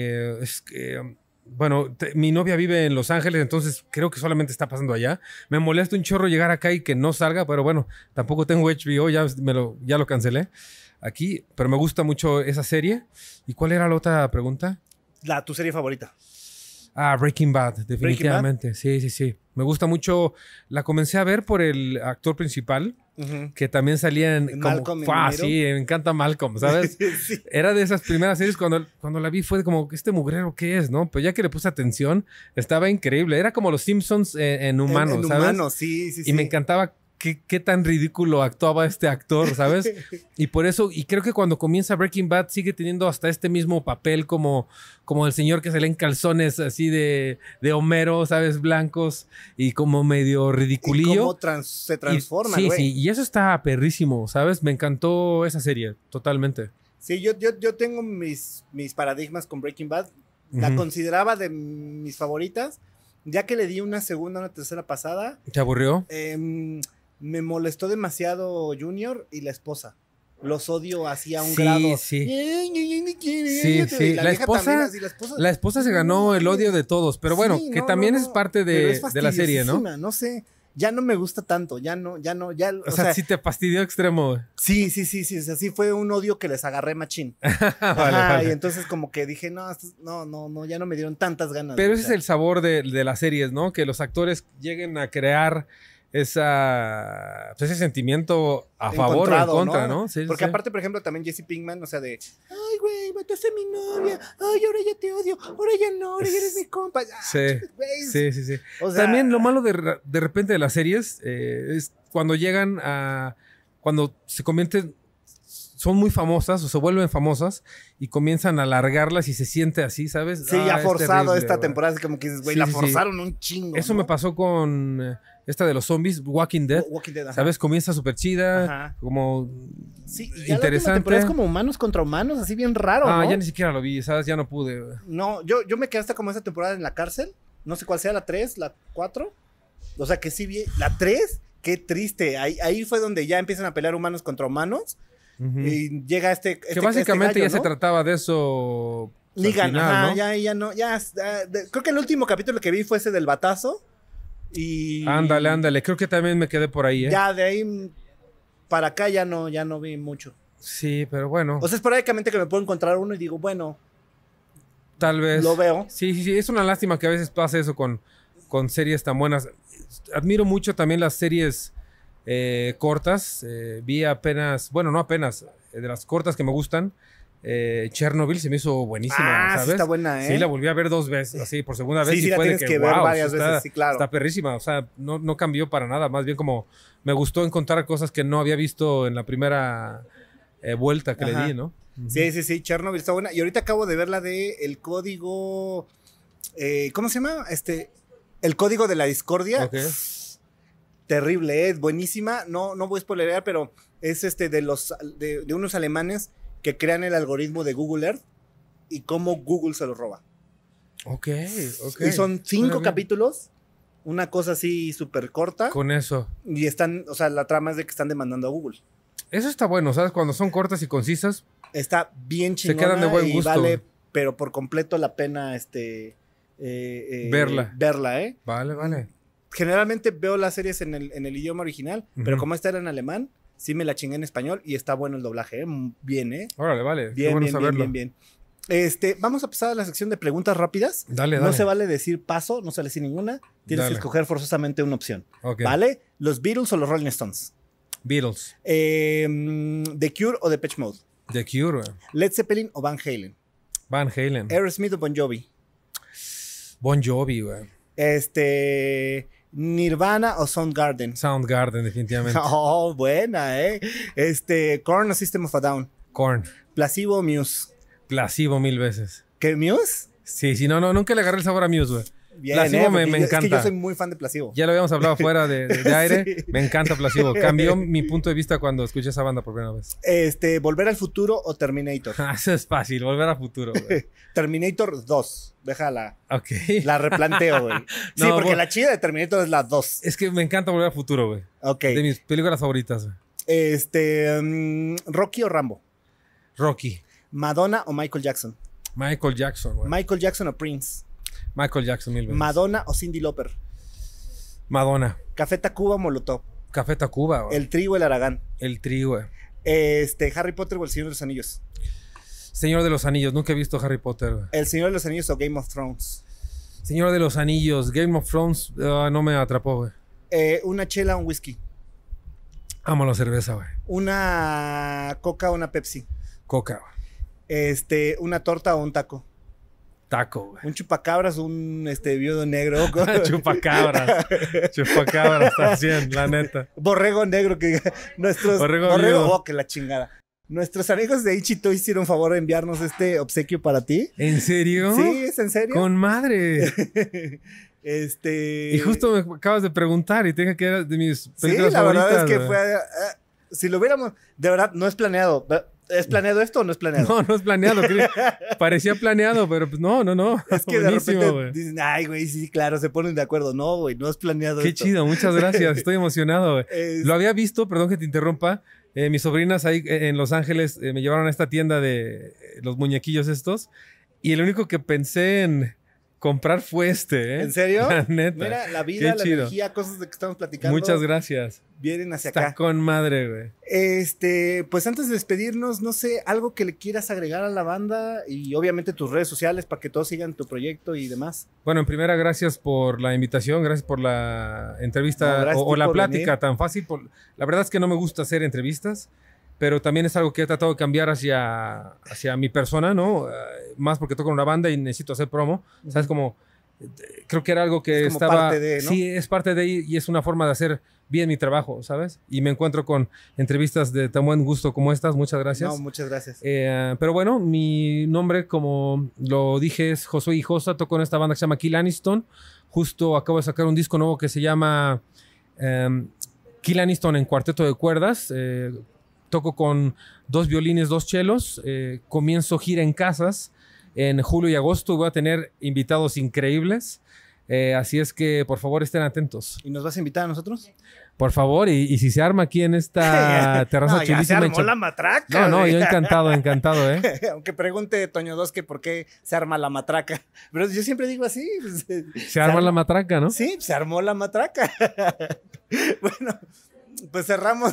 Bueno, mi novia vive en Los Ángeles, entonces creo que solamente está pasando allá. Me molesta un chorro llegar acá y que no salga, pero bueno, tampoco tengo HBO, ya lo cancelé aquí, pero me gusta mucho esa serie. ¿Y cuál era la otra pregunta? Tu serie favorita. Breaking Bad, definitivamente. Breaking Bad. Sí. Me gusta mucho. La comencé a ver por el actor principal, que también salía en Malcolm. Sí, me encanta Malcolm, ¿sabes? Sí. Era de esas primeras series cuando la vi fue como, ¿este mugrero qué es, no? Pero ya que le puse atención, estaba increíble. Era como los Simpsons en humanos, ¿sabes? En humanos, sí. Y me encantaba qué tan ridículo actuaba este actor, ¿sabes? Y por eso, y creo que cuando comienza Breaking Bad sigue teniendo hasta este mismo papel como el señor que se lee en calzones así de Homero, ¿sabes? Blancos y como medio ridiculillo. Y cómo se transforma, güey. Sí, y eso está perrísimo, ¿sabes? Me encantó esa serie, totalmente. Sí, yo tengo mis paradigmas con Breaking Bad. La consideraba de mis favoritas. Ya que le di una segunda, una tercera pasada. ¿Te aburrió? Me molestó demasiado Junior y la esposa. Los odio así a un grado. Sí. La esposa se ganó el odio de todos, pero bueno, que también es parte de la serie, ¿no? No sé, ya no me gusta tanto, ya. O sea, sí te fastidió extremo. Sí, o sea, sí fue un odio que les agarré machín. Vale. Y entonces como que dije, no, ya no me dieron tantas ganas. Pero ese es el sabor de las series, ¿no? Que los actores lleguen a crear ese sentimiento a favor o en contra, ¿no? Sí, porque aparte, por ejemplo, también Jesse Pinkman, o sea, ay, güey, mataste a mi novia, ay, ahora ya te odio, ahora ya no, ahora ya eres mi compa. Sí. O sea, también lo malo de repente de las series es cuando llegan cuando se convierten, son muy famosas o se vuelven famosas y comienzan a alargarlas y se siente así, ¿sabes? Sí, ha forzado terrible, esta temporada, así como que dices, güey, la forzaron un chingo. Eso me pasó con esta de los zombies, Walking Dead. ¿Sabes? Comienza súper chida, como interesante. Es como humanos contra humanos, así bien raro, ¿no? Ya ni siquiera lo vi, ¿sabes? Ya no pude. No, yo me quedé hasta como esa temporada en la cárcel. No sé cuál sea, la 3, la 4. O sea, que sí vi. La 3, qué triste. Ahí fue donde ya empiezan a pelear humanos contra humanos. Y llega que básicamente gallo, ya se trataba de eso. Negan, final, ¿no? ya no. Creo que el último capítulo que vi fue ese del batazo. Ándale. Creo que también me quedé por ahí, ¿eh? Ya de ahí para acá ya no vi mucho. Sí, pero bueno. O sea, esporádicamente que me puedo encontrar uno y digo, bueno. Tal vez. Lo veo. Sí. Es una lástima que a veces pase eso con series tan buenas. Admiro mucho también las series cortas. Vi apenas, bueno, no apenas, de las cortas que me gustan. Chernobyl se me hizo buenísima, ¿sabes? Sí está buena, ¿eh? Sí, la volví a ver 2 veces, así, por segunda vez. Sí, la fue tienes que ver varias veces, sí, claro. Está perrísima, o sea, no cambió para nada. Más bien como me gustó encontrar cosas que no había visto en la primera vuelta que le di, ¿no? Sí, Chernobyl está buena. Y ahorita acabo de ver la de El Código... ¿cómo se llama? El Código de la Discordia. Okay. Terrible, es buenísima. No voy a spoilerear, pero es de unos alemanes que crean el algoritmo de Google Earth y cómo Google se lo roba. Ok. Y son 5 capítulos, una cosa así súper corta. Con eso. Y o sea, la trama es de que están demandando a Google. Eso está bueno, ¿sabes? Cuando son cortas y concisas. Está bien chingona. Se quedan de buen gusto. Y vale, pero por completo la pena verla, ¿eh? Vale. Generalmente veo las series en el idioma original, pero como esta era en alemán, sí me la chingué en español y está bueno el doblaje, ¿eh? Bien, ¿eh? Órale, vale. Bien, bueno bien, saberlo. bien. Vamos a pasar a la sección de preguntas rápidas. Dale. No se vale decir paso, no se vale decir ninguna. Tienes que escoger forzosamente una opción. Okay. ¿Vale? ¿Los Beatles o los Rolling Stones? Beatles. ¿The Cure o Depeche Mode? The Cure. ¿Led Zeppelin o Van Halen? Van Halen. ¿Aerosmith o Bon Jovi? Bon Jovi, güey. ¿Nirvana o Soundgarden? Soundgarden, definitivamente. Oh, buena, ¿eh? ¿Korn o System of a Down? Korn. ¿Placebo o Muse? Placebo 1000 veces. ¿Qué, Muse? Sí, no, nunca le agarré el sabor a Muse, güey. Bien, Placebo me encanta. Es que yo soy muy fan de Placebo. Ya lo habíamos hablado fuera de aire. Sí. Me encanta Placebo. Cambió mi punto de vista cuando escuché esa banda por primera vez. ¿Volver al futuro o Terminator? Eso es fácil, volver a futuro, güey. Terminator 2. Déjala. Ok. La replanteo, güey. Sí, No, porque la chida de Terminator es la 2. Es que me encanta volver a futuro, güey. Ok. De mis películas favoritas, güey. ¿Rocky o Rambo? Rocky. ¿Madonna o Michael Jackson? Michael Jackson, güey. ¿Michael Jackson o Prince? Michael Jackson 1000 veces. ¿Madonna o Cyndi Lauper? Madonna. ¿Café Tacuba o Molotov? Café Tacuba, güey. ¿El Tri o el Aragán? El Tri, güey. ¿Harry Potter o El Señor de los Anillos? Señor de los Anillos. Nunca he visto Harry Potter, güey. ¿El Señor de los Anillos o Game of Thrones? Señor de los Anillos. Game of Thrones no me atrapó, güey. ¿Una chela o un whisky? Amo la cerveza, güey. ¿Una coca o una Pepsi? Coca, güey. ¿Una torta o un taco? Taco, güey. ¿Un chupacabras o un viudo negro? Chupacabras. Chupacabras, está 100, la neta. Borrego negro que Borrego oh, que la chingada. Nuestros amigos de Ichito hicieron favor de enviarnos este obsequio para ti. ¿En serio? Sí, es en serio. Con madre. Y justo me acabas de preguntar y tengo que era de mis películas favoritas. Sí, la verdad es que güey. fue... si lo hubiéramos... De verdad, no es planeado. ¿Es planeado esto o no es planeado? No es planeado. Parecía planeado, pero pues no. Es que buenísimo, de repente güey. dicen, ay, güey, sí, claro, se ponen de acuerdo. No, güey, no es planeado Qué esto. chido, muchas gracias. Estoy emocionado, güey. Lo había visto, perdón que te interrumpa. Mis sobrinas ahí en Los Ángeles me llevaron a esta tienda de los muñequillos estos. Y el único que pensé en comprar fue ¿eh? ¿En serio? La neta. Mira, la vida, Qué la chido. energía, cosas de que estamos platicando. Muchas gracias. Vienen hacia Está acá. con madre, güey. Pues antes de despedirnos, no sé, algo que le quieras agregar a la banda y obviamente tus redes sociales para que todos sigan tu proyecto y demás. Bueno, en primera, gracias por la invitación, gracias por la entrevista o la plática venir. tan fácil. La verdad es que no me gusta hacer entrevistas, pero también es algo que he tratado de cambiar hacia mi persona, ¿no? Más porque toco en una banda y necesito hacer promo. ¿Sabes? Como creo que era algo que es como estaba... parte de, ¿no? Sí, es parte de y es una forma de hacer bien mi trabajo, ¿sabes? Y me encuentro con entrevistas de tan buen gusto como estas. Muchas gracias. No, muchas gracias. Pero bueno, mi nombre, como lo dije, es Josué Hijosa. Toco en esta banda que se llama Kill Aniston. Justo acabo de sacar un disco nuevo que se llama Kill Aniston en cuarteto de cuerdas. Toco con 2 violines, 2 chelos. Comienzo gira en casas en julio y agosto. Voy a tener invitados increíbles. Así es que, por favor, estén atentos. ¿Y nos vas a invitar a nosotros? Por favor, y si se arma aquí en esta terraza no, ya chulísima. se armó la matraca. No, yo encantado, ¿eh? Aunque pregunte Toño Dos que por qué se arma la matraca. Pero yo siempre digo así. Pues, se arma la matraca, ¿no? Sí, se armó la matraca. Bueno, pues cerramos.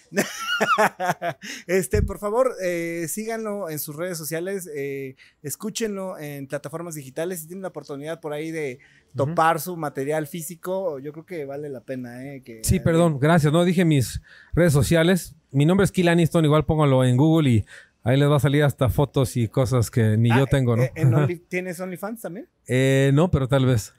Por favor, síganlo en sus redes sociales, escúchenlo en plataformas digitales. Si tienen la oportunidad por ahí de topar su material físico, yo creo que vale la pena. Perdón, gracias. No dije mis redes sociales. Mi nombre es Kill Aniston, igual póngalo en Google y Ahí les va a salir hasta fotos y cosas que ni yo tengo, ¿no? ¿Tienes OnlyFans también? No, pero tal vez.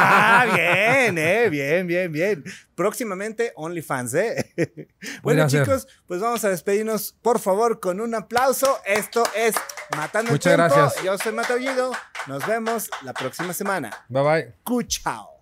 Bien, bien. Próximamente OnlyFans, Bueno, hacer. chicos, pues vamos a despedirnos, por favor, con un aplauso. Esto es Matando Muchas el Tiempo. gracias. Yo soy Mataullido. Nos vemos la próxima semana. Bye, bye. Chao.